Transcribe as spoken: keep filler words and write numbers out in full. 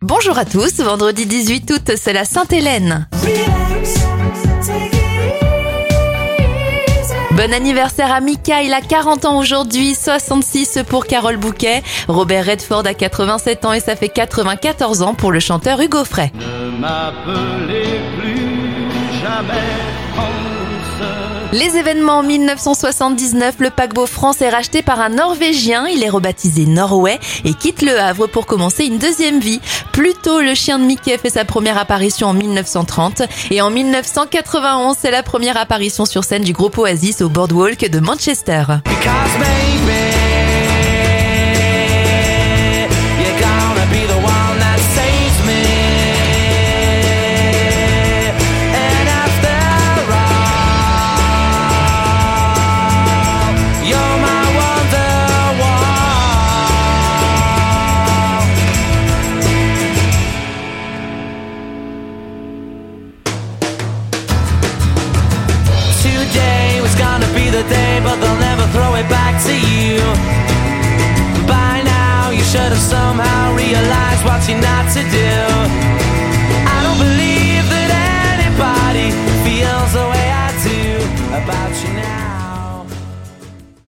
Bonjour à tous, vendredi dix-huit août, c'est la Sainte-Hélène. Bon anniversaire à Mika, il a quarante ans aujourd'hui, soixante-six pour Carole Bouquet. Robert Redford a quatre-vingt-sept ans et ça fait quatre-vingt-quatorze ans pour le chanteur Hugo Frey. Ne m'appelez plus jamais France. Les événements en mille neuf cent soixante-dix-neuf, le paquebot France est racheté par un Norvégien, il est rebaptisé Norway et quitte le Havre pour commencer une deuxième vie. Plus tôt, le chien de Mickey fait sa première apparition en mille neuf cent trente et en mille neuf cent quatre-vingt-onze, c'est la première apparition sur scène du groupe Oasis au Boardwalk de Manchester. Today was gonna be the day, but they'll never throw it back to you. By now, you should have somehow realized what you're not to do.